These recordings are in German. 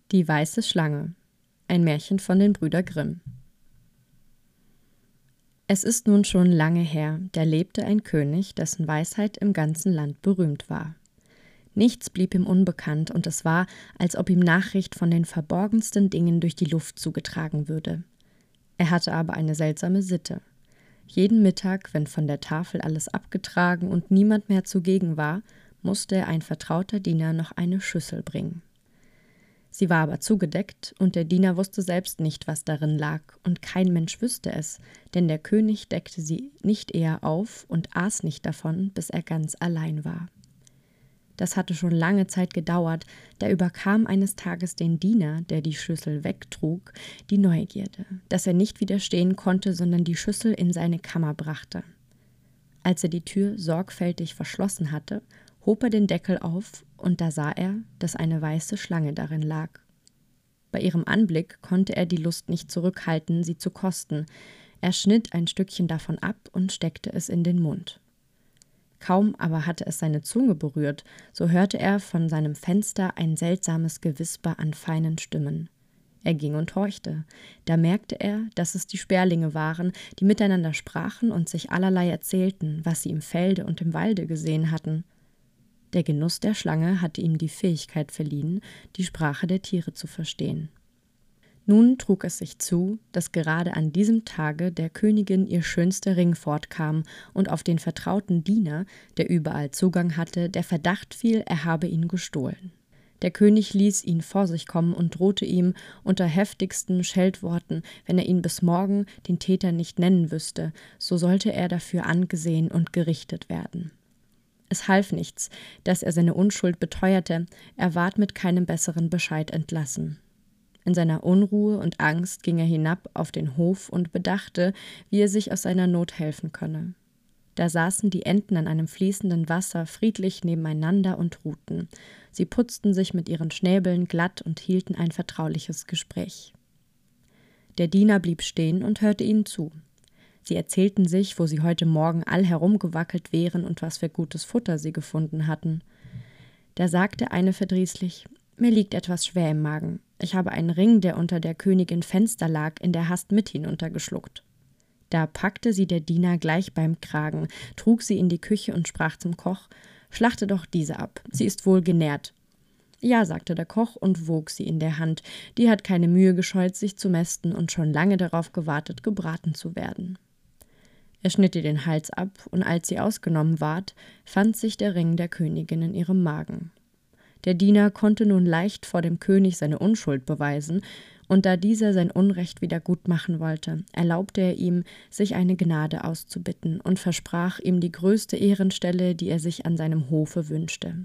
Die weiße Schlange. Ein Märchen von den Brüder Grimm. Es ist nun schon lange her, da lebte ein König, dessen Weisheit im ganzen Land berühmt war. Nichts blieb ihm unbekannt, und es war, als ob ihm Nachricht von den verborgensten Dingen durch die Luft zugetragen würde. Er hatte aber eine seltsame Sitte. Jeden Mittag, wenn von der Tafel alles abgetragen und niemand mehr zugegen war, musste ein vertrauter Diener noch eine Schüssel bringen. Sie war aber zugedeckt, und der Diener wusste selbst nicht, was darin lag, und kein Mensch wüsste es, denn der König deckte sie nicht eher auf und aß nicht davon, bis er ganz allein war. Das hatte schon lange Zeit gedauert, da überkam eines Tages den Diener, der die Schüssel wegtrug, die Neugierde, dass er nicht widerstehen konnte, sondern die Schüssel in seine Kammer brachte. Als er die Tür sorgfältig verschlossen hatte, hob er den Deckel auf, und da sah er, dass eine weiße Schlange darin lag. Bei ihrem Anblick konnte er die Lust nicht zurückhalten, sie zu kosten. Er schnitt ein Stückchen davon ab und steckte es in den Mund. Kaum aber hatte es seine Zunge berührt, so hörte er von seinem Fenster ein seltsames Gewisper an feinen Stimmen. Er ging und horchte. Da merkte er, dass es die Sperlinge waren, die miteinander sprachen und sich allerlei erzählten, was sie im Felde und im Walde gesehen hatten. Der Genuss der Schlange hatte ihm die Fähigkeit verliehen, die Sprache der Tiere zu verstehen. Nun trug es sich zu, dass gerade an diesem Tage der Königin ihr schönster Ring fortkam und auf den vertrauten Diener, der überall Zugang hatte, der Verdacht fiel, er habe ihn gestohlen. Der König ließ ihn vor sich kommen und drohte ihm unter heftigsten Scheltworten, wenn er ihn bis morgen den Täter nicht nennen wüsste, so sollte er dafür angesehen und gerichtet werden. Es half nichts, dass er seine Unschuld beteuerte, er ward mit keinem besseren Bescheid entlassen. In seiner Unruhe und Angst ging er hinab auf den Hof und bedachte, wie er sich aus seiner Not helfen könne. Da saßen die Enten an einem fließenden Wasser friedlich nebeneinander und ruhten. Sie putzten sich mit ihren Schnäbeln glatt und hielten ein vertrauliches Gespräch. Der Diener blieb stehen und hörte ihnen zu. Sie erzählten sich, wo sie heute Morgen all herumgewackelt wären und was für gutes Futter sie gefunden hatten. Da sagte eine verdrießlich: »Mir liegt etwas schwer im Magen. Ich habe einen Ring, der unter der Königin Fenster lag, in der Hast mit hinuntergeschluckt.« Da packte sie der Diener gleich beim Kragen, trug sie in die Küche und sprach zum Koch: »Schlachte doch diese ab, sie ist wohl genährt.« »Ja«, sagte der Koch und wog sie in der Hand. Die hat keine Mühe gescheut, sich zu mästen und schon lange darauf gewartet, gebraten zu werden. Er schnitt ihr den Hals ab, und als sie ausgenommen ward, fand sich der Ring der Königin in ihrem Magen. Der Diener konnte nun leicht vor dem König seine Unschuld beweisen, und da dieser sein Unrecht wieder gut machen wollte, erlaubte er ihm, sich eine Gnade auszubitten und versprach ihm die größte Ehrenstelle, die er sich an seinem Hofe wünschte.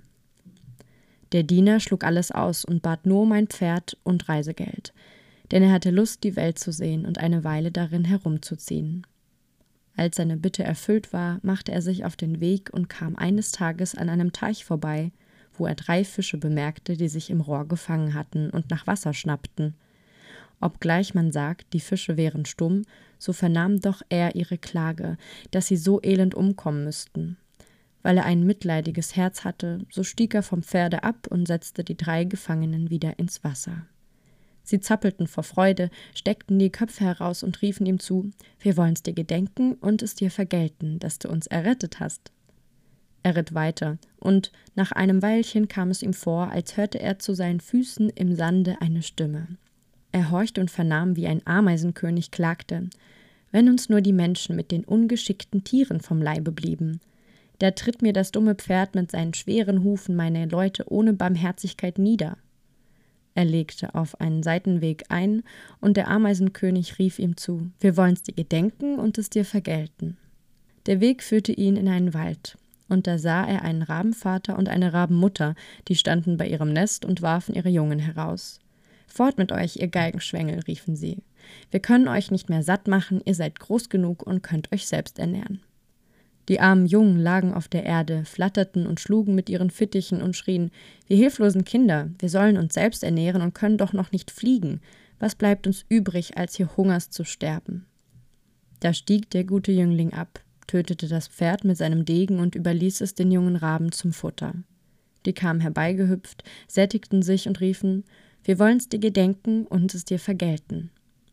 Der Diener schlug alles aus und bat nur um ein Pferd und Reisegeld, denn er hatte Lust, die Welt zu sehen und eine Weile darin herumzuziehen. Als seine Bitte erfüllt war, machte er sich auf den Weg und kam eines Tages an einem Teich vorbei, wo er 3 Fische bemerkte, die sich im Rohr gefangen hatten und nach Wasser schnappten. Obgleich man sagt, die Fische wären stumm, so vernahm doch er ihre Klage, dass sie so elend umkommen müssten. Weil er ein mitleidiges Herz hatte, so stieg er vom Pferde ab und setzte die 3 Gefangenen wieder ins Wasser. Sie zappelten vor Freude, steckten die Köpfe heraus und riefen ihm zu: »Wir wollen's dir gedenken und es dir vergelten, dass du uns errettet hast.« Er ritt weiter, und nach einem Weilchen kam es ihm vor, als hörte er zu seinen Füßen im Sande eine Stimme. Er horchte und vernahm, wie ein Ameisenkönig klagte: »Wenn uns nur die Menschen mit den ungeschickten Tieren vom Leibe blieben! Da tritt mir das dumme Pferd mit seinen schweren Hufen meine Leute ohne Barmherzigkeit nieder.« Er legte auf einen Seitenweg ein, und der Ameisenkönig rief ihm zu: »Wir wollen's dir gedenken und es dir vergelten.« Der Weg führte ihn in einen Wald, und da sah er einen Rabenvater und eine Rabenmutter, die standen bei ihrem Nest und warfen ihre Jungen heraus. »Fort mit euch, ihr Geigenschwengel«, riefen sie. »Wir können euch nicht mehr satt machen, ihr seid groß genug und könnt euch selbst ernähren.« Die armen Jungen lagen auf der Erde, flatterten und schlugen mit ihren Fittichen und schrien: »Wir hilflosen Kinder, wir sollen uns selbst ernähren und können doch noch nicht fliegen. Was bleibt uns übrig, als hier Hungers zu sterben?« Da stieg der gute Jüngling ab, tötete das Pferd mit seinem Degen und überließ es den jungen Raben zum Futter. Die kamen herbeigehüpft, sättigten sich und riefen: Wir wollen's dir gedenken und es dir vergelten.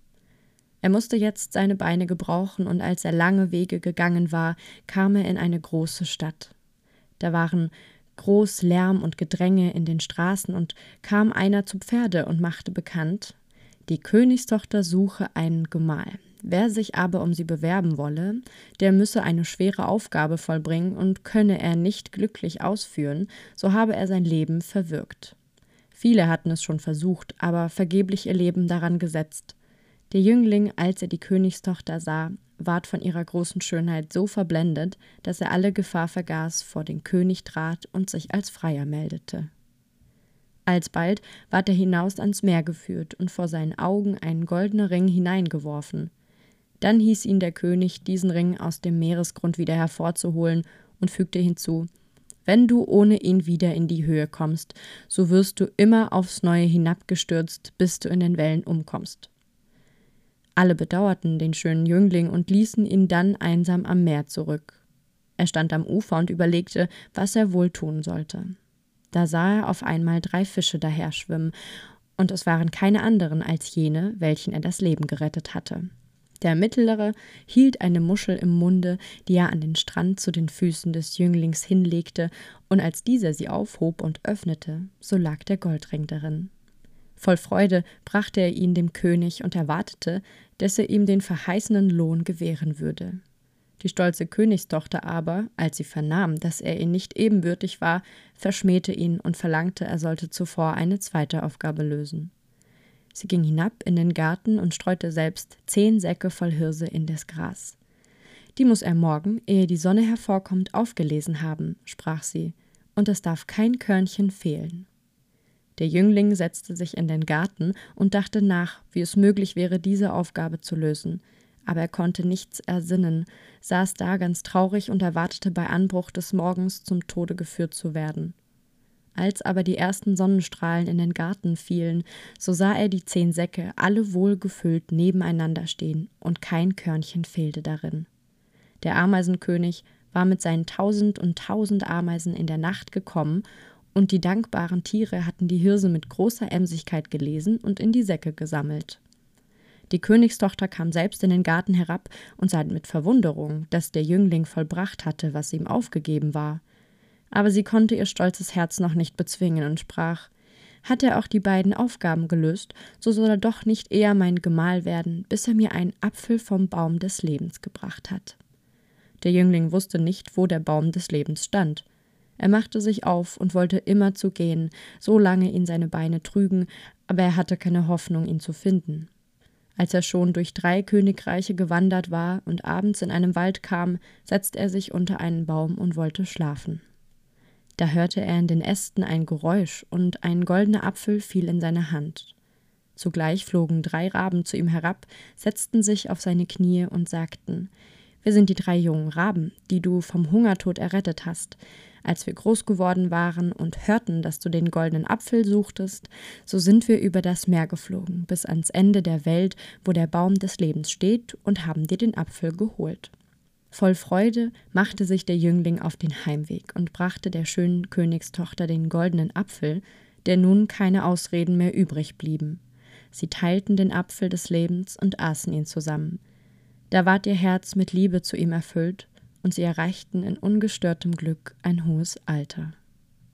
Er musste jetzt seine Beine gebrauchen, und als er lange Wege gegangen war, kam er in eine große Stadt. Da waren groß Lärm und Gedränge in den Straßen, und kam einer zu Pferde und machte bekannt: Die Königstochter suche einen Gemahl. Wer sich aber um sie bewerben wolle, der müsse eine schwere Aufgabe vollbringen, und könne er nicht glücklich ausführen, so habe er sein Leben verwirkt. Viele hatten es schon versucht, aber vergeblich ihr Leben daran gesetzt. Der Jüngling, als er die Königstochter sah, ward von ihrer großen Schönheit so verblendet, dass er alle Gefahr vergaß, vor den König trat und sich als Freier meldete. Alsbald ward er hinaus ans Meer geführt und vor seinen Augen einen goldenen Ring hineingeworfen. Dann hieß ihn der König, diesen Ring aus dem Meeresgrund wieder hervorzuholen, und fügte hinzu: Wenn du ohne ihn wieder in die Höhe kommst, so wirst du immer aufs Neue hinabgestürzt, bis du in den Wellen umkommst. Alle bedauerten den schönen Jüngling und ließen ihn dann einsam am Meer zurück. Er stand am Ufer und überlegte, was er wohl tun sollte. Da sah er auf einmal 3 Fische daherschwimmen, und es waren keine anderen als jene, welchen er das Leben gerettet hatte. Der mittlere hielt eine Muschel im Munde, die er an den Strand zu den Füßen des Jünglings hinlegte, und als dieser sie aufhob und öffnete, so lag der Goldring darin. Voll Freude brachte er ihn dem König und erwartete, dass er ihm den verheißenen Lohn gewähren würde. Die stolze Königstochter aber, als sie vernahm, dass er ihr nicht ebenbürtig war, verschmähte ihn und verlangte, er sollte zuvor eine zweite Aufgabe lösen. Sie ging hinab in den Garten und streute selbst 10 Säcke voll Hirse in das Gras. Die muss er morgen, ehe die Sonne hervorkommt, aufgelesen haben, sprach sie, und es darf kein Körnchen fehlen. Der Jüngling setzte sich in den Garten und dachte nach, wie es möglich wäre, diese Aufgabe zu lösen. Aber er konnte nichts ersinnen, saß da ganz traurig und erwartete bei Anbruch des Morgens zum Tode geführt zu werden. Als aber die ersten Sonnenstrahlen in den Garten fielen, so sah er die 10 Säcke alle wohlgefüllt nebeneinander stehen, und kein Körnchen fehlte darin. Der Ameisenkönig war mit seinen 1000 und 1000 Ameisen in der Nacht gekommen, und die dankbaren Tiere hatten die Hirse mit großer Emsigkeit gelesen und in die Säcke gesammelt. Die Königstochter kam selbst in den Garten herab und sah mit Verwunderung, dass der Jüngling vollbracht hatte, was ihm aufgegeben war. Aber sie konnte ihr stolzes Herz noch nicht bezwingen und sprach: Hat er auch die beiden Aufgaben gelöst, so soll er doch nicht eher mein Gemahl werden, bis er mir einen Apfel vom Baum des Lebens gebracht hat. Der Jüngling wusste nicht, wo der Baum des Lebens stand. Er machte sich auf und wollte immerzu gehen, so lange ihn seine Beine trügen, aber er hatte keine Hoffnung, ihn zu finden. Als er schon durch 3 Königreiche gewandert war und abends in einem Wald kam, setzte er sich unter einen Baum und wollte schlafen. Da hörte er in den Ästen ein Geräusch, und ein goldener Apfel fiel in seine Hand. Zugleich flogen 3 Raben zu ihm herab, setzten sich auf seine Knie und sagten: Wir sind die 3 jungen Raben, die du vom Hungertod errettet hast. Als wir groß geworden waren und hörten, dass du den goldenen Apfel suchtest, so sind wir über das Meer geflogen, bis ans Ende der Welt, wo der Baum des Lebens steht, und haben dir den Apfel geholt. Voll Freude machte sich der Jüngling auf den Heimweg und brachte der schönen Königstochter den goldenen Apfel, der nun keine Ausreden mehr übrig blieben. Sie teilten den Apfel des Lebens und aßen ihn zusammen. Da ward ihr Herz mit Liebe zu ihm erfüllt, und sie erreichten in ungestörtem Glück ein hohes Alter.